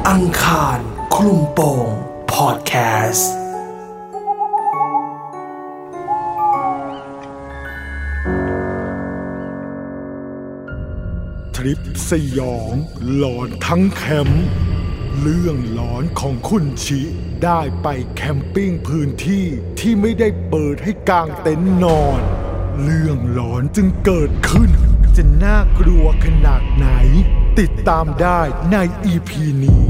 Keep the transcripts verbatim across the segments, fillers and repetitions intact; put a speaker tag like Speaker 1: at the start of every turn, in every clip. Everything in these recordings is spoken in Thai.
Speaker 1: อังคารคลุมโปงพอดแคสต์
Speaker 2: ทริปสยองหลอนทั้งแคมป์เรื่องหลอนของคุณชิได้ไปแคมปิ้งพื้นที่ที่ไม่ได้เปิดให้กางเต็นท์นอนเรื่องหลอนจึงเกิดขึ้นจะน่ากลัวขนาดไหนติดตามได้ใน อี พี นี้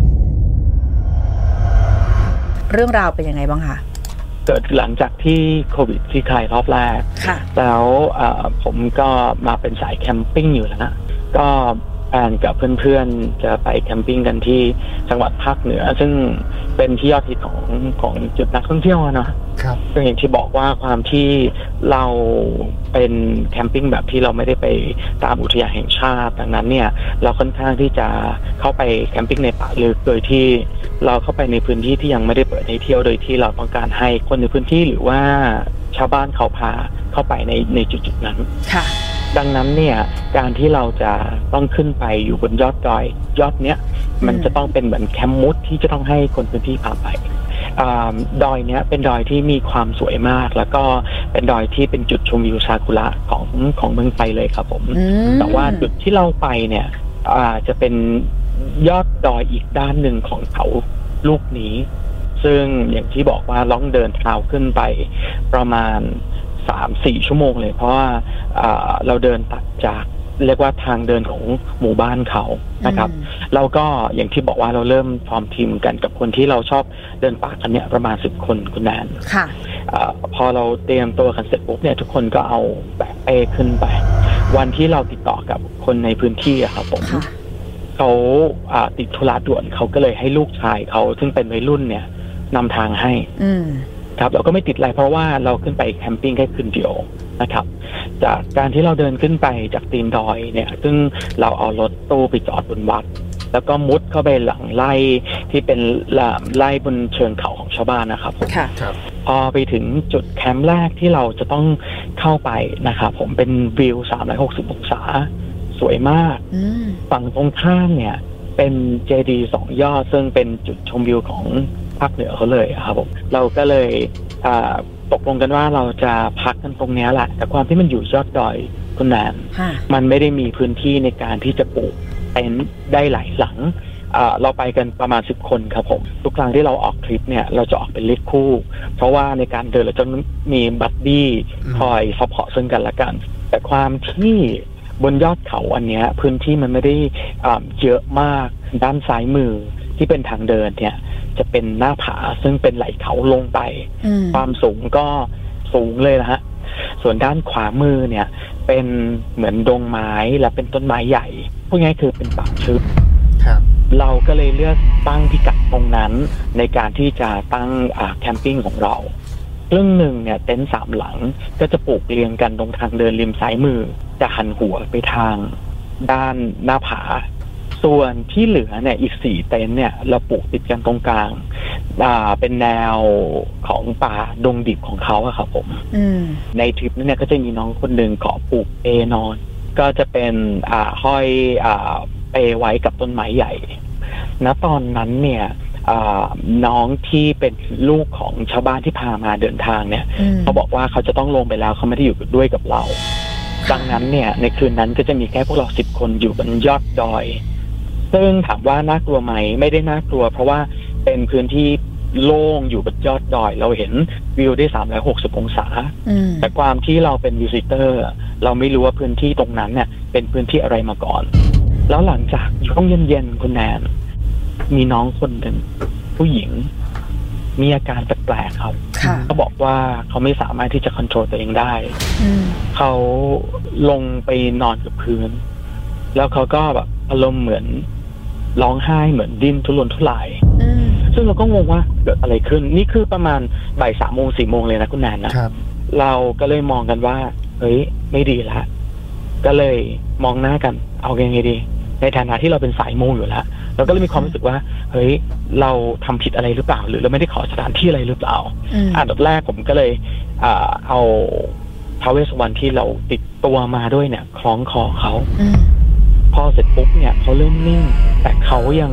Speaker 3: เรื่องราวเป็นยังไงบ้างคะ
Speaker 4: เกิดหลังจากที่โควิดที่คลายรอบแรกแล้วผมก็มาเป็นสายแคมปิ้งอยู่แล้วนะก็แอนกับเพื่อนๆจะไปแคมปิ้งกันที่จังหวัดภาคเหนือซึ่งเป็นที่ยอดฮิตของของจุดนักท่องเที่ยวเนาะครับซึ่งอย่างที่บอกว่าความที่เราเป็นแคมปิ้งแบบที่เราไม่ได้ไปตามอุทยานแห่งชาติดังนั้นเนี่ยเราค่อนข้างที่จะเข้าไปแคมปิ้งในป่าลึกโดยที่เราเข้าไปในพื้นที่ที่ยังไม่ได้เปิดให้เที่ยวโดยที่เราต้องการให้คนในพื้นที่หรือว่าชาวบ้านเขาพาเข้าไปในในจุดๆนั้นค่ะดังนั้นเนี่ยการที่เราจะต้องขึ้นไปอยู่บนยอดดอยยอดเนี้ยมันจะต้องเป็นเหมือนแคมป์มุดที่จะต้องให้คนพื้นที่พาไปดอยเนี้ยเป็นดอยที่มีความสวยมากแล้วก็เป็นดอยที่เป็นจุดชมวิวซากุระของของเมืองไทยเลยครับผมแต่ว่าจุดที่เราไปเนี่ยจะเป็นยอดดอยอีกด้านหนึ่งของเขาลูกนี้ซึ่งอย่างที่บอกว่าล่องเดินเท้าขึ้นไปประมาณ สามถึงสี่ ชั่วโมงเลยเพราะว่าเราเดินตัดจากเรียกว่าทางเดินของหมู่บ้านเขานะครับเราก็อย่างที่บอกว่าเราเริ่มฟอร์มทีมกันกับคนที่เราชอบเดินป่ากันเนี่ยประมาณสิบคนคุณแนนค่ะพอเราเตรียมตัวกันเสร็จปุ๊บเนี่ยทุกคนก็เอาแบกเป้ขึ้นไปวันที่เราติดต่อกับคนในพื้นที่อะครับผมเขาติดธุระด่วนเขาก็เลยให้ลูกชายเขาซึ่งเป็นวัยรุ่นเนี่ยนำทางให้ครับเราก็ไม่ติดอะไรเพราะว่าเราขึ้นไปแคมปิ้งแค่คืนเดียวนะครับจากการที่เราเดินขึ้นไปจากตีนดอยเนี่ยซึ่งเราเอารถตู้ไปจอดบนวัดแล้วก็มุดเข้าไปหลังไร่ที่เป็นไร่บนเชิงเขาของชาวบ้านนะครับผมพอไปถึงจุดแคมป์แรกที่เราจะต้องเข้าไปนะครับผมเป็นวิวสามร้อยหกสิบองศาสวยมากฝั่งตรงข้ามเนี่ยเป็นเจดีย์สองยอดซึ่งเป็นจุดชมวิวของภาคเหนือเขาเลยครับผมเราก็เลยตกลงกันว่าเราจะพักกันตรงนี้แหละแต่ความที่มันอยู่ยอดดอยคุณแนนมันไม่ได้มีพื้นที่ในการที่จะปลูกเต็นท์ได้หลายหลังเราไปกันประมาณสิบคนครับผมทุกครั้งที่เราออกทริปเนี่ยเราจะออกเป็นเลขคู่เพราะว่าในการเดินเราจะมีบัดดี้คอยซัพพอร์ตซึ่งกันและกันแต่ความที่บนยอดเขาอันเนี้ยพื้นที่มันไม่ได้เยอะมากด้านซ้ายมือที่เป็นทางเดินเนี่ยจะเป็นหน้าผาซึ่งเป็นไหล่เขาลงไปความสูงก็สูงเลยนะฮะส่วนด้านขวามือเนี่ยเป็นเหมือนดงไม้และเป็นต้นไม้ใหญ่พูดง่ายคือเป็นป่าทึบเราก็เลยเลือกตั้งพิกัดตรงนั้นในการที่จะตั้งแคมปิ้งของเราเรื่องหนึ่งเนี่ยเต็นท์สามหลังก็จะปลูกเรียงกันตรงทางเดินริมซ้ายมือจะหันหัวไปทางด้านหน้าผาส่วนที่เหลือเนี่ยอีกสี่เต็นท์เนี่ยเราปลูกติดกันตรงกลางอ่าเป็นแนวของป่าดงดิบของเขาอะครับผมในทริปนั้นเนี่ยก็จะมีน้องคนหนึ่งขอปลูกเปนอนก็จะเป็นอ่าห้อยอ่าเปไว้กับต้นไม้ใหญ่ณตอนนั้นเนี่ยน้องที่เป็นลูกของชาวบ้านที่พามาเดินทางเนี่ยเขาบอกว่าเขาจะต้องลงไปแล้วเขาไม่ได้อยู่ด้วยกับเราดังนั้นเนี่ยในคืนนั้นก็จะมีแค่พวกเราสิบคนอยู่บนยอดดอยซึ่งถามว่าน่ากลัวไหมไม่ได้น่ากลัวเพราะว่าเป็นพื้นที่โล่งอยู่บนยอดดอยเราเห็นวิวได้สามร้อยหกสิบองศาแต่ความที่เราเป็นวิสิเตอร์เราไม่รู้ว่าพื้นที่ตรงนั้นเนี่ยเป็นพื้นที่อะไรมาก่อนแล้วหลังจากช่วงเย็นๆคุณแนนมีน้องคนหนึ่งผู้หญิงมีอาการแปลกๆครับเขาบอกว่าเขาไม่สามารถที่จะควบคุมตัวเองได้เขาลงไปนอนกับพื้นแล้วเขาก็แบบอารมณ์เหมือนร้องไห้เหมือนดิ้นทุรนทุรายซึ่งเราก็งงว่าเกิดอะไรขึ้นนี่คือประมาณบ่ายสามโมงสี่โมงเลยนะคุณแนนนะเราก็เลยมองกันว่าเฮ้ยไม่ดีละก็เลยมองหน้ากันเอาไงดีในฐานะที่เราเป็นสายมูอยู่แล้วเราก็เลยมีความรู้สึกว่าเฮ้ยเราทำผิดอะไรหรือเปล่าหรือเราไม่ได้ขอสถานที่อะไรหรือเปล่าอันดับแรกผมก็เลยอ่าเอาท้าวเวสสุวรรณที่เราติดตัวมาด้วยเนี่ยคล้องคอเขาพอเสร็จปุ๊บเนี่ยเขาเริ่มนิ่งแต่เขายัง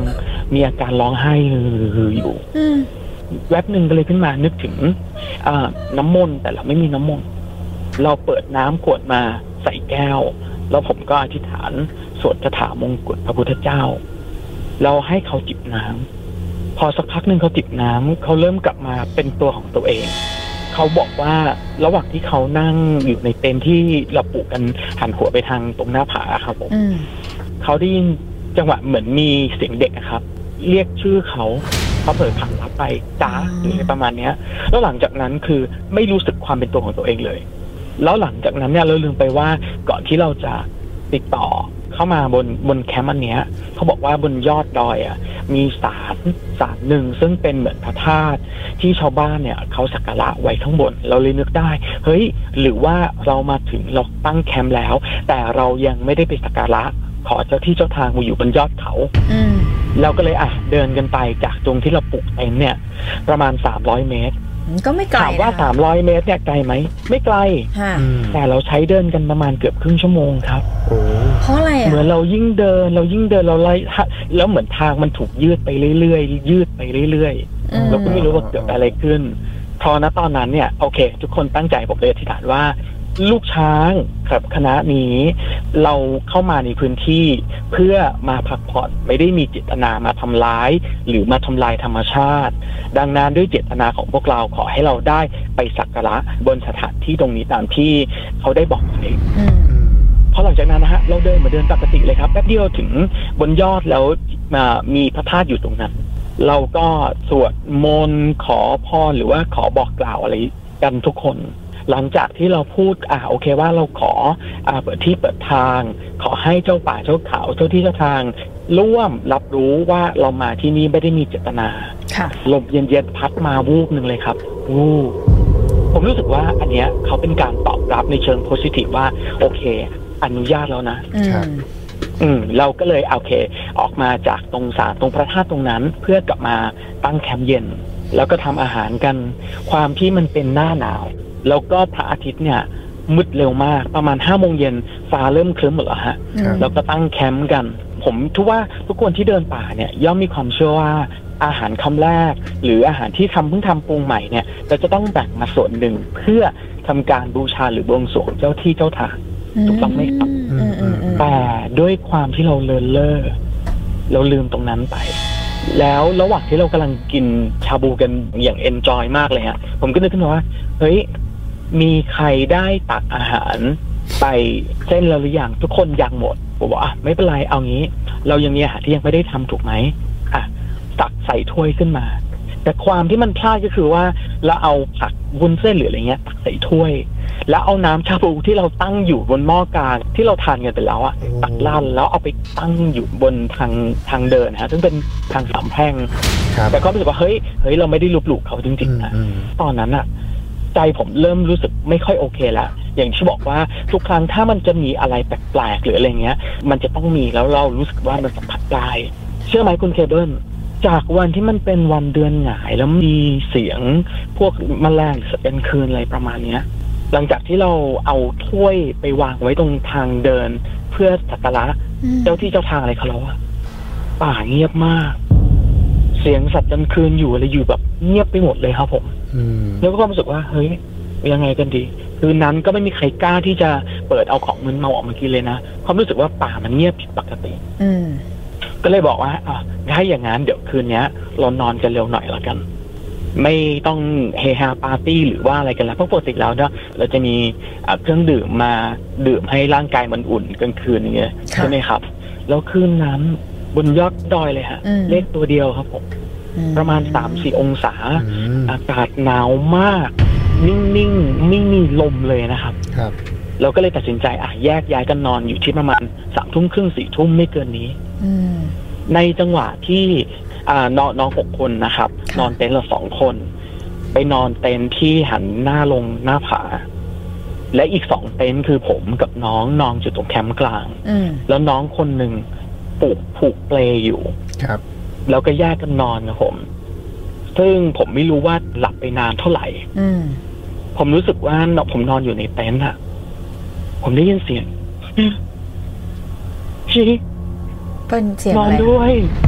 Speaker 4: มีอาการร้องไห้อยู่แวบหนึ่งก็เลยขึ้นมานึกถึงน้ำมนต์แต่เราไม่มีน้ำมนต์เราเปิดน้ำขวดมาใส่แก้วแล้วผมก็อธิษฐานสวดคาถามงกุฎพระพุทธเจ้าเราให้เขาจิบน้ำพอสักพักหนึ่งเขาจิบน้ำเขาเริ่มกลับมาเป็นตัวของตัวเองเขาบอกว่าระหว่างที่เขานั่งอยู่ในเต็นท์ที่เราปลูกกันหันหัวไปทางตรงหน้าผาครับผมเขาได้ยินจังหวะเหมือนมีเสียงเด็กครับเรียกชื่อเขาเขาเผลอขังรับไปจ้าหรืออะไรประมาณนี้แล้วหลังจากนั้นคือไม่รู้สึกความเป็นตัวของตัวเองเลยแล้วหลังจากนั้นเนี่ยเราลืมไปว่าก่อนที่เราจะติดต่อเข้ามาบนบนแคมป์อันเนี้ยเขาบอกว่าบนยอดดอยอ่ะมีศาลศาลหนึ่งซึ่งเป็นเหมือนพระธาตุที่ชาวบ้านเนี่ยเขาสักการะไว้ข้างบนเราเลยนึกได้เฮ้ยหรือว่าเรามาถึงเราตั้งแคมป์แล้วแต่เรายังไม่ได้ไปสักการะขอเจ้าที่เจ้าทางมาอยู่บนยอดเขาเราก็เลยอ่ะเดินกันไปจากตรงที่เราปลูกเต็นท์เนี่ยประมาณสามร้อยเมตร
Speaker 3: ก็ไม่ไกล
Speaker 4: ถามว่าสามร้อยเมตรเนี่ยไกลไหมไม่ไกลแต่เราใช้เดินกันประมาณเกือบครึ่งชั่วโมงครับ
Speaker 3: เพราะอะไรอ่ะ
Speaker 4: เหมือนเรายิ่งเดินเรายิ่งเดินเราไล่แล้วเหมือนทางมันถูกยืดไปเรื่อยๆยืดไปเรื่อยๆเราก็ไม่รู้ว่าเกิดอะไรขึ้นพอณตอนนั้นเนี่ยโอเคทุกคนตั้งใจผมเลยอธิษฐานว่าลูกช้างกับคณะนี้เราเข้ามาในพื้นที่เพื่อมาพักผ่อนไม่ได้มีเจตนามาทำร้ายหรือมาทำลายธรรมชาติดังนั้นด้วยเจตนาของพวกเราขอให้เราได้ไปสักการะบนสถานที่ตรงนี้ตามที่เขาได้บอกไว้เพราะหลังจากนั้นนะฮะเราเดินมาเดินปกติเลยครับแป๊บเดียวถึงบนยอดแล้วมีพระธาตุอยู่ตรงนั้นเราก็สวดมนต์ขอพรหรือว่าขอบอกกล่าวอะไรกันทุกคนหลังจากที่เราพูดอ่าโอเคว่าเราขออ่าเปิดที่เปิดทางขอให้เจ้าป่าเจ้าเขาเจ้าที่เจ้าทางร่วมรับรู้ว่าเรามาที่นี่ไม่ได้มีเจตนาลมเย็นๆพัดมาวูบหนึ่งเลยครับวูบผมรู้สึกว่าอันเนี้ยเขาเป็นการตอบรับในเชิงโพสิทีฟว่าโอเคอนุญาตแล้วนะอืมเราก็เลยโอเคออกมาจากตรงศาลตรงพระธาตุตรงนั้นเพื่อกลับมาตั้งแคมป์เย็นแล้วก็ทำอาหารกันความที่มันเป็นหน้าหนาวแล้วก็พระอาทิตย์เนี่ยมืดเร็วมากประมาณห้าโมงเย็นฟ้าเริ่มครึ้มหมดแล้วฮะแล้วก็ตั้งแคมป์กันผมทุกว่าทุกคนที่เดินป่าเนี่ยย่อมมีความเชื่อว่าอาหารคำแรกหรืออาหารที่ทำเพิ่งทำปรุงใหม่เนี่ยเราจะต้องแบ่งมาส่วนหนึ่งเพื่อทำการบูชาหรือบวงสรวงเจ้าที่เจ้าทางถูกต้องไหมครับแต่ด้วยความที่เราเลินเล่อเราลืมตรงนั้นไปแล้วระหว่างที่เรากำลังกินชาบูกันอย่างเอนจอยมากเลยฮะผมก็นึกขึ้นมาว่าเฮ้ยมีใครได้ตักอาหารไปเส้นแล้วหรือยังทุกคนยังหมดผมบอกอ่ะไม่เป็นไรเอางี้เรายังมีอาหารที่ยังไม่ได้ทำถูกไหมอ่ะตักใส่ถ้วยขึ้นมาแต่ความที่มันพลาดก็คือว่าเราเอาผักวุ้นเส้นหรืออะไรเงี้ยตักใส่ถ้วยแล้วเอาน้ำชาบูที่เราตั้งอยู่บนหม้อกลางที่เราทานกันไปแล้วอ่ะตักลั่นแล้วเอาไปตั้งอยู่บนทางทางเดินฮะซึ่งเป็นทางสามแพร่งแต่ก็รู้สึกว่าเฮ้ยเฮ้ยเราไม่ได้ลบหลู่เขาจริงๆนะตอนนั้นอ่ะใจผมเริ่มรู้สึกไม่ค่อยโอเคแล้วอย่างที่บอกว่าทุกครั้งถ้ามันจะมีอะไรแปลกๆหรืออะไรเงี้ยมันจะต้องมีแล้วเรารู้สึกว่ามันสัมผัสได้เชื่อไหมคุณเคเบิลจากวันที่มันเป็นวันเดือนหงายแล้วมีเสียงพวกแมลงสะเป็นคืนอะไรประมาณเนี้ยหลังจากที่เราเอาถ้วยไปวางไว้ตรงทางเดินเพื่อสักการะเจ้าที่เจ้าทางอะไรเขาแล้วอะป่าเงียบมากเสียงสัตว์กลางคืนอยู่อะไรอยู่แบบเงียบไปหมดเลยครับผมแล้วก็รู้สึกว่าเฮ้ยยังไงกันดีคืนนั้นก็ไม่มีใครกล้าที่จะเปิดเอาของมึนเมาออกมากินเลยนะความรู้สึกว่าป่ามันเงียบผิดปกติก็เลยบอกว่าอ่ะถ้าอย่างนั้นเดี๋ยวคืนนี้เรานอนกันเร็วหน่อยละกันไม่ต้องเฮฮาปาร์ตี้หรือว่าอะไรกันแล้วเพราะปกติแล้วเนี่ยเราจะมีเครื่องดื่มมาดื่มให้ร่างกายมันอุ่นกลางคืนอย่างเงี้ยใช่ไหมครับแล้วคืนนั้นบนยอดดอยเลยฮะเลขตัวเดียวครับผมประมาณสามสี่องศาอากาศหนาวมากนิ่งๆไม่มีลมเลยนะครับครับเราก็เลยตัดสินใจอ่ะแยกย้ายกันนอนอยู่ที่ประมาณสามทุ่มครึ่งสี่ทุ่มไม่เกินนี้ในจังหวะที่อ่านอนนอนหกคนนะครับนอนเต็นท์ละสองคนไปนอนเต็นท์ที่หันหน้าลงหน้าผาและอีกสองเต็นท์คือผมกับน้องนอนอยู่ตรงแคมป์กลางแล้วน้องคนหนึ่งผูกผูกเปลอยู่ครับแล้วก็แยกกันนอนนะผมซึ่งผมไม่รู้ว่าหลับไปนานเท่าไหร่ผมรู้สึกว่าผมนอนอยู่ในเต็นท์อะผมได้ยินเสียงชี
Speaker 3: เป็นเสียง
Speaker 4: นอนด้วย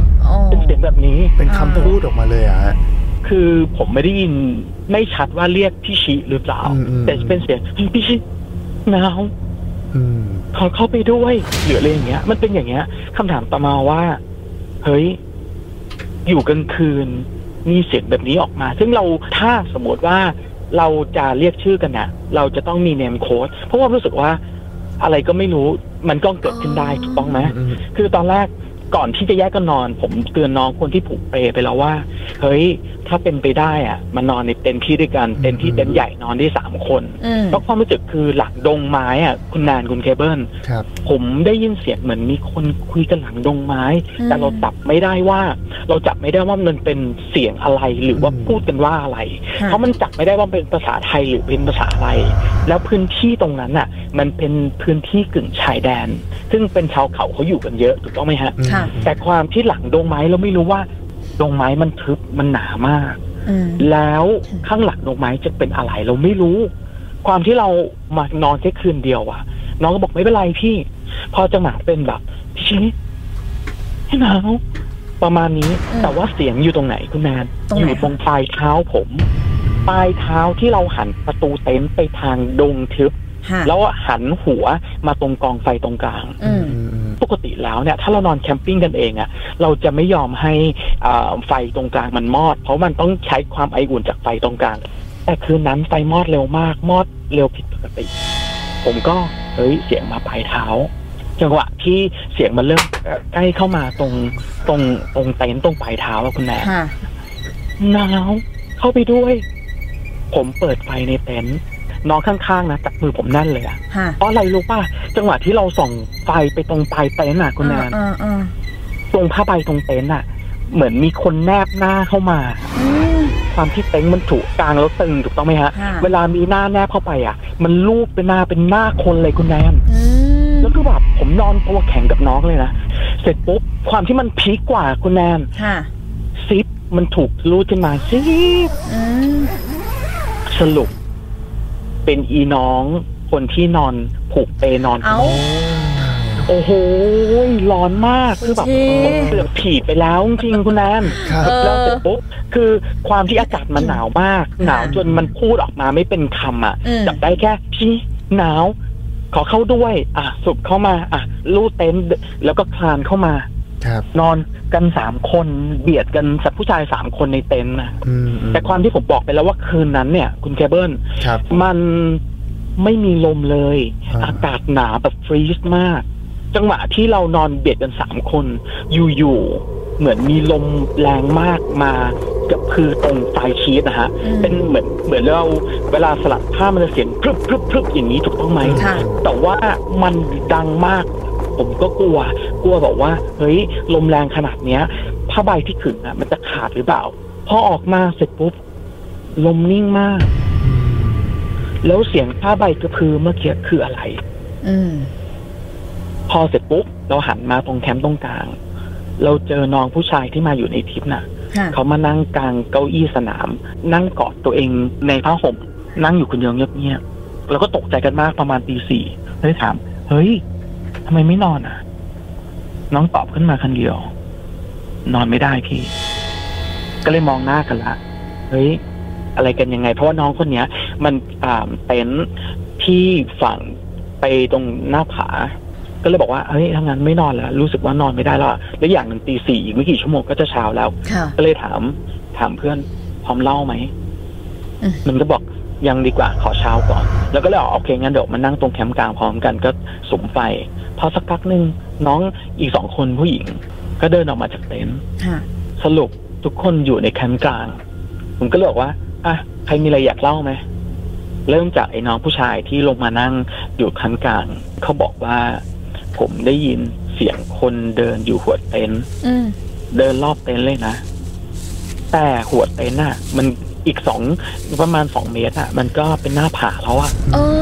Speaker 4: เป็นเสียงแบบนี้
Speaker 5: เป็นคำพูดออกมาเลยอะฮะ
Speaker 4: คือผมไม่ได้ยินไม่ชัดว่าเรียกพี่ชิหรือเปล่าแต่เป็นเสียงพี่ชิหนาวขอเข้าไปด้วยหรืออะไรอย่างเงี้ยมันเป็นอย่างเงี้ยคำถามต่อมาว่าเฮ้ยอยู่กลางคืนมีเสียงแบบนี้ออกมาซึ่งเราถ้าสมมติว่าเราจะเรียกชื่อกันนะเราจะต้องมีเนมโค้ดเพราะว่ารู้สึกว่าอะไรก็ไม่รู้มันก็เกิดขึ้นได้ถูกต้องไหมคือตอนแรกก่อนที่จะแยกกันนอนผมเตือนน้องคนที่ผูกเปรไปแล้วว่าเฮ้ยถ้าเป็นไปได้อ่ะมานอนในเต็นท์ที่ด้วยกันเต็นท์ที่เต็นท์ใหญ่นอนได้สามคนเพราะความรู้สึกคือหลังดงไม้อ่ะคุณนานคุณเคเบิลผมได้ยินเสียงเหมือนมีคนคุยกันหลังดงไม้แต่เราจับไม่ได้ว่าเราจับไม่ได้ว่ามันเป็นเสียงอะไรหรือว่าพูดกันว่าอะไรเพราะมันจับไม่ได้ว่าเป็นภาษาไทยหรือเป็นภาษาอะไรแล้วพื้นที่ตรงนั้นอ่ะมันเป็นพื้นที่กึ่งชายแดนซึ่งเป็นชาวเขาเขาอยู่กันเยอะถูกต้องไหมฮะแต่ความที่หลังดงไม้เราไม่รู้ว่าดงไม้มันทึบมันหนามากแล้วข้างหลังดงไม้จะเป็นอะไรเราไม่รู้ความที่เรามานอนแค่คืนเดียวอะน้องก็บอกไม่เป็นไรพี่พอจังหวะเป็นแบบพี่ชี้ให้หนาวประมาณนี้แต่ว่าเสียงอยู่ตรงไหนคุณแนนอยู่ตรงปลายเท้าผมปลายเท้าที่เราหันประตูเต็นท์ไปทางดงทึบแล้วหันหัวมาตรงกองไฟตรงกลางปกติแล้วเนี่ยถ้าเรานอนแคมปิ้งกันเองอะเราจะไม่ยอมให้ไฟตรงกลางมันมอดเพราะมันต้องใช้ความไออุ่นจากไฟตรงกลางแต่คืนนั้นไฟมอดเร็วมากมอดเร็วผิดปกติผมก็เฮ้ยเสียงมาปลายเท้าจังหวะที่เสียงมันเริ่มใกล้เข้ามาตรงตรงตรงเต็นท์ตรงปลายเท้าอะคุณแม่หนาวเข้าไปด้วยผมเปิดไฟในเต็นท์น้องข้างๆนะจับมือผมแน่นเลยอะเพราะอะไรรู้ป่ะจังหวะที่เราส่องไฟไปตรงปลายเต็นท์อะคุณแนนตรงผ้าใบตรงเต็นท์อะเหมือนมีคนแนบหน้าเข้ามาความที่เต็นท์มันถูกกลางแล้วตึงถูกต้องไหมฮะเวลามีหน้าแนบเข้าไปอะมันลูบเป็นหน้าเป็นหน้าคนเลยคุณแนนแล้วก็แบบผมนอนตัวแข็งกับน้องเลยนะเสร็จปุ๊บความที่มันพีคกว่าคุณแนนซิปมันถูกลูดขึ้นมาซิปสรุปเป็นอีน้องคนที่นอนผูกเปนอนโอ้โหร้อนมากคือแบบเสือกผีไปแล้วจริงคุณแนนแล้วเสร็จปุ๊บคือความที่อากาศมันหนาวมากหนาวจนมันพูดออกมาไม่เป็นคำอ่ะจับได้แค่พี่หนาวขอเข้าด้วยอ่ะสุบเข้ามาอ่ะลู่เต็นท์แล้วก็คลานเข้ามานอนกันสามคนเบียดกันสัตว์ผู้ชายสามคนในเต็นท์นะแต่ความที่ผมบอกไปแล้วว่าคืนนั้นเนี่ยคุณเคเบิลมันไม่มีลมเลยอากาศหนาแบบฟรีซมากจังหวะที่เรานอนเบียดกันสามคนอยู่ๆเหมือนมีลมแรงมากมากับคือตรงไฟชีสนะฮะเป็นเหมือนเหมือนเราเวลาสลัดผ้ามันจะเสียงพรึบพรึบพรึบอย่างนี้ถูกต้องไหมแต่ว่ามันดังมากผมก็กลัวกลัวบอกว่าเฮ้ยลมแรงขนาดเนี้ยผ้าใบที่ขึงอ่ะมันจะขาดหรือเปล่าพอออกมาเสร็จปุ๊บลมนิ่งมากแล้วเสียงผ้าใบกระพือเมื่อกี้คืออะไรอืมพอเสร็จปุ๊บเราหันมาตรงแคมป์ตรงกลางเราเจอน้องผู้ชายที่มาอยู่ในทริปน่ะเขามานั่งกลางเก้าอี้สนามนั่งกอดตัวเองในผ้าห่มนั่งอยู่คนเดียวเงียบๆแล้วก็ตกใจกันมากประมาณตีสี่เลยถามเฮ้ยทำไมไม่นอนอ่ะน้องตอบขึ้นมาคนเดียวนอนไม่ได้พี่ก็เลยมองหน้ากันละเฮ้ยอะไรกันยังไงเพราะว่าน้องคนเนี้ยมันอ่าเต็นท์ที่ฝั่งไปตรงหน้าผาก็เลยบอกว่าเฮ้ยทำงานไม่นอนแล้วรู้สึกว่านอนไม่ได้แล้วแล้วอย่างหนึ่งตีสี่อีกไม่กี่ชั่วโมงก็จะเช้าแล้วก็เลยถามถามเพื่อนพร้อมเล่าไหมมันก็บอกยังดีกว่าขอเช้าก่อนแล้วก็เลยโอเคงั้นเดี๋ยวมานั่งตรงแคมป์กลางพร้อมกันก็สุมไฟพอสักพักหนึ่งน้องอีกสองคนผู้หญิงก็เดินออกมาจากเต็นท์สรุปทุกคนอยู่ในแคมป์กลางผมก็เลยบอกว่าอ่ะใครมีอะไรอยากเล่าไหมเริ่มจากไอ้น้องผู้ชายที่ลงมานั่งอยู่แคมป์กลางเขาบอกว่าผมได้ยินเสียงคนเดินอยู่หัวเต็นท์เดินรอบเต็นท์เลยนะแต่หัวเต็นท์น่ะมันอีกสองประมาณสองเมตรอ่ะมันก็เป็นหน้าผาแล้วอ่ะ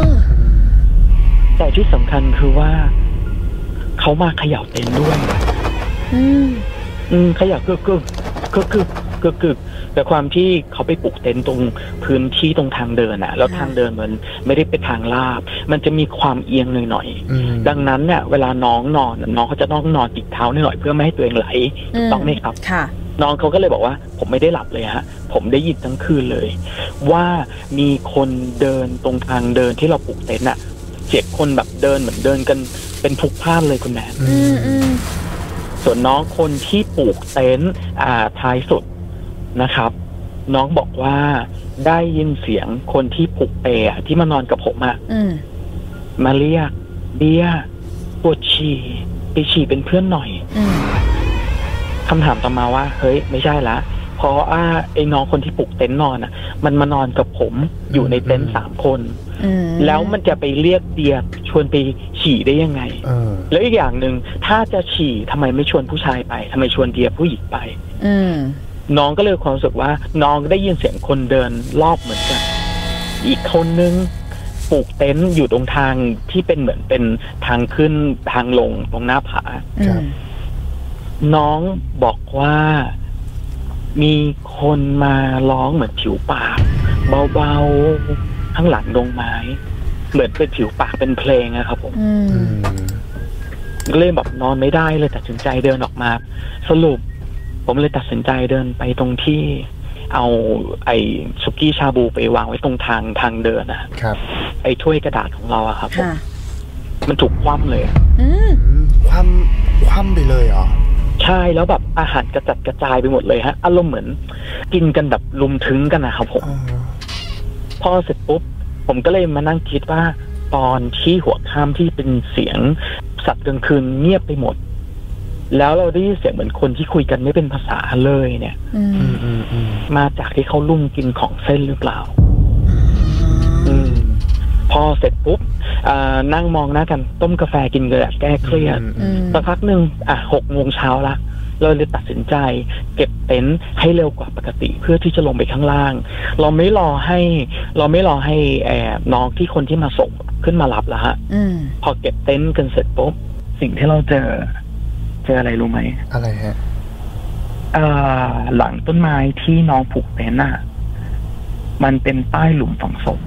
Speaker 4: แต่ที่สำคัญคือว่าเขามาเขย่าเต็นท์ด้วยอืมอืมเขย่าคือคือคือคือก็คือแต่ความที่เขาไปปลูกเต็นท์ตรงพื้นที่ตรงทางเดินอ่ะแล้วทางเดินมันไม่ได้เป็นทางลาดมันจะมีความเอียงหน่อยๆดังนั้นเนี่ยเวลาน้องนอนน้องเขาจะต้องนอนติดเท้าหน่อยเพื่อไม่ให้ตัวเองไหลต้องไหมครับน้องเขาก็เลยบอกว่าผมไม่ได้หลับเลยฮะผมได้ยินทั้งคืนเลยว่ามีคนเดินตรงทางเดินที่เราปลูกเต็นท์อ่ะเจ็ดคนแบบเดินเหมือนเดินกันเป็นพลุกพล่านเลยคุณแม่ส่วนน้องคนที่ปลูกเต็นท์อ่าท้ายสุดนะครับน้องบอกว่าได้ยินเสียงคนที่ผูกเปรอะที่มานอนกับผมอะมาเรียกเบียร์ปวดฉี่ไปฉี่เป็นเพื่อนหน่อยคำถามต่อมาว่าเฮ้ยไม่ใช่ละเพราะว่าไอ้น้องคนที่ปลุกเต็นท์นอนอ่ะมันมานอนกับผมอยู่ในเต็นท์สามคนแล้วมันจะไปเรียกเดียชวนไปฉี่ได้ยังไงแล้วอีกอย่างหนึ่งถ้าจะฉี่ทำไมไม่ชวนผู้ชายไปทำไมชวนเดียผู้หญิงไปน้องก็เลยความรู้สึกว่าน้องได้ยินเสียงคนเดินรอบเหมือนกันอีกคนนึงปลูกเต็นท์อยู่ตรงทางที่เป็นเหมือนเป็นทางขึ้นทางลงตรงหน้าผาน้องบอกว่ามีคนมาร้องเหมือนผิวปากเบาๆข้างหลังดงไม้เหมือนเป็นผิวปากเป็นเพลงอะครับผมเลยแบบนอนไม่ได้เลยตัดสินใจเดินออกมาสรุปผมเลยตัดสินใจเดินไปตรงที่เอาไอ้สุกี้ชาบูไปวางไว้ตรงทางทางเดินนะครับไอ้ถ้วยกระดาษของเราอะครับผมมันถูกคว่ำเลย
Speaker 5: คว่ำคว่ำไปเลยเหรอ
Speaker 4: ใช่แล้วแบบอาหารกระจัดกระจายไปหมดเลยฮะอารมณ์เหมือนกินกันแบบลุมถึงกันนะครับผมพอเสร็จปุ๊บผมก็เลยมานั่งคิดว่าตอนที่หัวค่ำที่เป็นเสียงสัตว์กลางคืนเงียบไปหมดแล้วเราได้ยินเสียงเหมือนคนที่คุยกันไม่เป็นภาษาเลยเนี่ยมาจากที่เขาลุ่มกินของเส้นหรือเปล่าพอเสร็จปุ๊บนั่งมองหน้ากันต้มกาแฟกินกันแบบแก้เครียดสักพักหนึ่งอ่ะหกโมงเช้าละเราเลยตัดสินใจเก็บเต็นท์ให้เร็วกว่าปกติเพื่อที่จะลงไปข้างล่างเราไม่รอให้เราไม่รอให้แอบน้องที่คนที่มาส่งขึ้นมารับแล้วฮะพอเก็บเต็นท์กันเสร็จปุ๊บสิ่งที่เราเจอเจออะไรรู้ไหม
Speaker 5: อะไรฮะ
Speaker 4: หลังต้นไม้ที่น้องผูกเต็นท์น่ะมันเป็นป้ายหลุมฝังศพ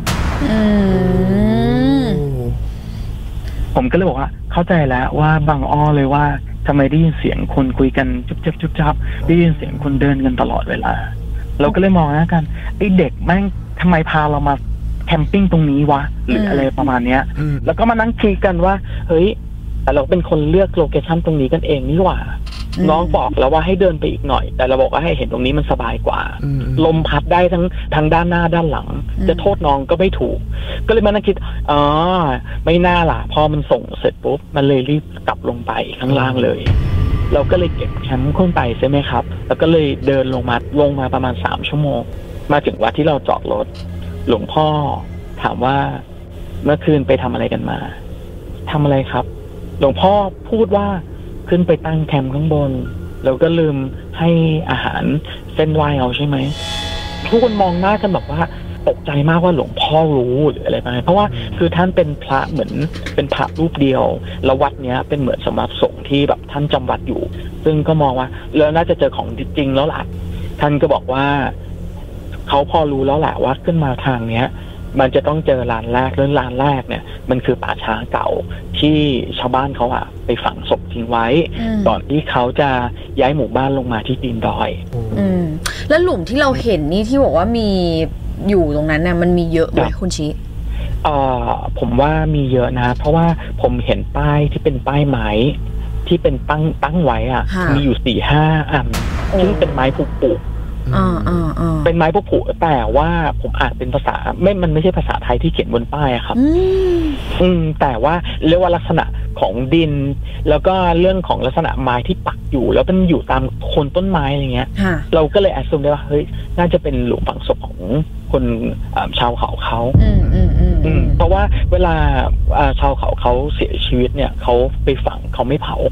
Speaker 4: ผมก็เลยบอกว่าเข้าใจแล้วว่าบางอ้อเลยว่าทำไมได้ยินเสียงคนคุยกันจุ๊บจับจุ๊บจับได้ยินเสียงคนเดินกันตลอดเวลาเราก็เลยมองนะกันไอ้เด็กแม่งทำไมพาเรามาแคมปิ้งตรงนี้วะหรืออะไรประมาณเนี้ยแล้วก็มานั่งคิดกันว่าเฮ้ยแต่เราเป็นคนเลือกโลเคชั่นตรงนี้กันเองนี่หว่าน้องบอกแล้วว่าให้เดินไปอีกหน่อยแต่เราบอกว่าให้เห็นตรงนี้มันสบายกว่าลมพัดได้ทั้งทั้งด้านหน้าด้านหลังจะโทษน้องก็ไม่ถูกก็เลยมานั่งคิดอ๋อไม่น่าล่ะพอมันส่งเสร็จปุ๊บมันเลยรีบกลับลงไปข้างล่างเลยเราก็เลยเก็บแคมป์ขึ้นไปใช่ไหมครับแล้วก็เลยเดินลงมาลงมาประมาณสามชั่วโมงมาถึงวัดที่เราจอดรถหลวงพ่อถามว่าเมื่อคืนไปทำอะไรกันมาทำอะไรครับหลวงพ่อพูดว่าขึ้นไปตั้งแคมป์ข้างบนแล้วก็ลืมให้อาหารเส้นไหว้เอาใช่ไหมทุกคนมองหน้ากันแบบว่าตกใจมากว่าหลวงพ่อรู้หรืออะไรไปเพราะว่าคือท่านเป็นพระเหมือนเป็นพระรูปเดียวแล้ววัดเนี้ยเป็นเหมือนสำนักสงฆ์ที่แบบท่านจำวัดอยู่ซึ่งก็มองว่าแล้วน่าจะเจอของจริงแล้วล่ะท่านก็บอกว่าเขาพอรู้แล้วแหละว่าขึ้นมาทางเนี้ยมันจะต้องเจอลานแรกเรื่องลานแรกเนี่ยมันคือป่าช้าเก่าที่ชาวบ้านเขาอะไปฝังศพทิ้งไว้ก่อนที่เขาจะย้ายหมู่บ้านลงมาที่ตีนดอย
Speaker 3: อืมแล้วหลุมที่เราเห็นนี่ที่บอกว่ามีอยู่ตรงนั้นน่ะมันมีเยอะไหมคุณชิ
Speaker 4: เอ่อผมว่ามีเยอะนะเพราะว่าผมเห็นป้ายที่เป็นป้ายไม้ที่เป็นตั้งตั้งไว้อ่ะมีอยู่สี่ห้าอันซึ่งเป็นไม้ผูกปูเป็นไม้พวกผูแต่ว่าผมอ่านเป็นภาษาไม่มันไม่ใช่ภาษาไทยที่เขียนบนป้ายครับอืมแต่ว่าเรียกว่าลักษณะของดินแล้วก็เรื่องของลักษณะไม้ที่ปักอยู่แล้วเป็นอยู่ตามโคนต้นไม้อะไรเงี้ยเราก็เลยแอดซูมได้ว่าเฮ้ยน่าจะเป็นหลุมฝังศพของคนชาวเขาเขาเพราะว่าเวลาชาวเขาเขาเสียชีวิตเนี่ยเขาไปฝังเขาไม่เผา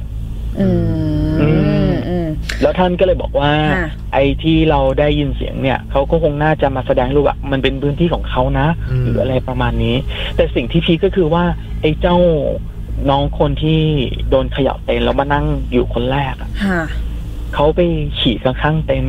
Speaker 4: แล้วท่านก็เลยบอกว่าไอ้ที่เราได้ยินเสียงเนี่ยเขาก็คงน่าจะมาแสดงรู้ว่ามันเป็นพื้นที่ของเขานะหรืออะไรประมาณนี้แต่สิ่งที่พีคก็คือว่าไอ้เจ้าน้องคนที่โดนเขย่าเต็นท์แล้วมานั่งอยู่คนแรกอ่ะเขาไปฉี่ข้างๆเต็นท์ไง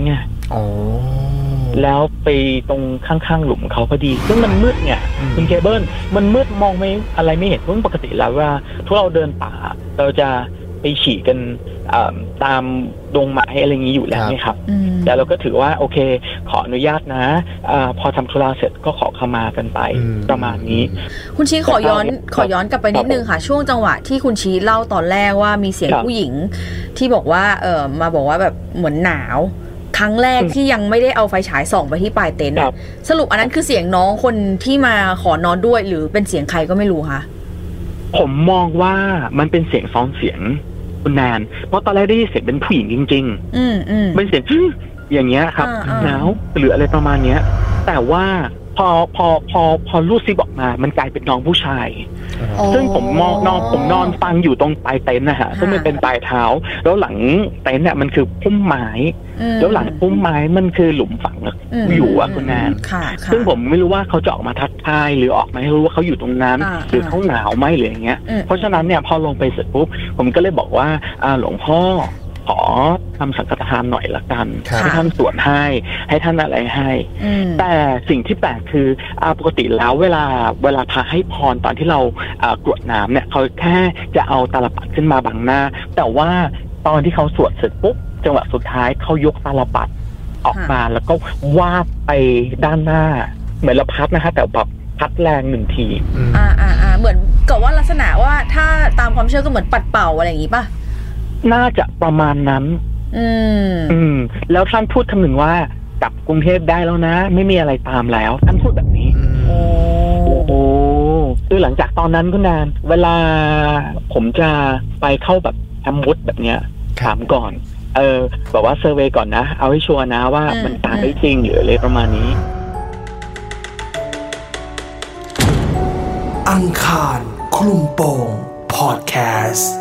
Speaker 5: โอ้
Speaker 4: แล้วไปตรงข้างๆหลุมเขาพอดีซึ่งมันมืดเนี่ยคุณเคเบิลมันมืดมองไม่อะไรไม่เห็นเพราะปกติแล้วว่าทุกเราเดินป่าเราจะไปฉี่กันตามดงไม้อะไรอย่างนี้อยู่แล้วนี่ครับแต่เราก็ถือว่าโอเคขออนุญาตนะอพอทำธุระเสร็จก็ขอขมากันไปประมาณนี้
Speaker 3: คุณชี้ขอย้อนขอย้อนกลับไปนิดนึงค่ะช่วงจังหวะที่คุณชี้เล่าตอนแรกว่ามีเสียงผู้หญิงที่บอกว่าเออมาบอกว่าแบบเหมือนหนาวครั้งแรกที่ยังไม่ได้เอาไฟฉายส่องไปที่ปลายเต็นท์สรุปอันนั้นคือเสียงน้องคนที่มาขอนอนด้วยหรือเป็นเสียงใครก็ไม่รู้คะ
Speaker 4: ผมมองว่ามันเป็นเสียงซ้อนเสียงคุณแนนเพราะตอนแรกได้ยินเสียงเป็นผู้หญิงจริงๆอืมอืมเป็นเสียงอย่างเงี้ยครับหนาวหรืออะไรประมาณเนี้ยแต่ว่าพอพอพอพอรูดซิปออกมามันกลายเป็นน้องผู้ชายซึ่งผมมองนอนผมนอนฟังอยู่ตรงปลายเต็นท์นะฮะซึ่งมันเป็นปลายเท้าแล้วหลังเต็นท์เนี่ยมันคือพุ่มไม้แล้วหลังพุ่มไม้มันคือหลุมฝังอยู่อะคุณแนนซึ่งผมไม่รู้ว่าเขาจะออกมาทักทายหรือออกมาให้รู้ว่าเขาอยู่ตรงนั้นหรือเขาหนาวไหมหรืออย่างเงี้ยเพราะฉะนั้นเนี่ยพอลงไปเสร็จปุ๊บผมก็เลยบอกว่าหลวงพ่อขอทำสังฆทานหน่อยละกันให้ท่านสวดให้ให้ท่านอะไรให้แต่สิ่งที่แปลกคือปกติแล้วเวลาเวลาพาให้พรตอนที่เรากรวดน้ำเนี่ยเขาแค่จะเอาตาลปัดขึ้นมาบังหน้าแต่ว่าตอนที่เขาสวดเสร็จปุ๊บจังหวะสุดท้ายเขายกตาลปัดออกมาแล้วก็วาดไปด้านหน้าเหมือนเราพัดนะคะแต่แบบพัดแรงหนึ่งที
Speaker 3: อ่าอ่าอ่าเหมือนกับว่าลักษณะว่าถ้าตามความเชื่อก็เหมือนปัดเป่าอะไรอย่างนี้ป่ะ
Speaker 4: น่าจะประมาณนั้นอืมอืมแล้วท่านพูดคำหนึ่งว่ากลับกรุงเทพได้แล้วนะไม่มีอะไรตามแล้วท่านพูดแบบนี้โอ้โหคือหลังจากตอนนั้นคุณแนนเวลาผมจะไปเข้าแบบแอมบูธแบบเนี้ยถามก่อนเออบอกว่าเซอร์เวย์ก่อนนะเอาให้ชัวร์นะว่ามันตามได้จริงหรืออะไรประมาณนี้
Speaker 1: อังคารคลุมโปงพอดแคสต์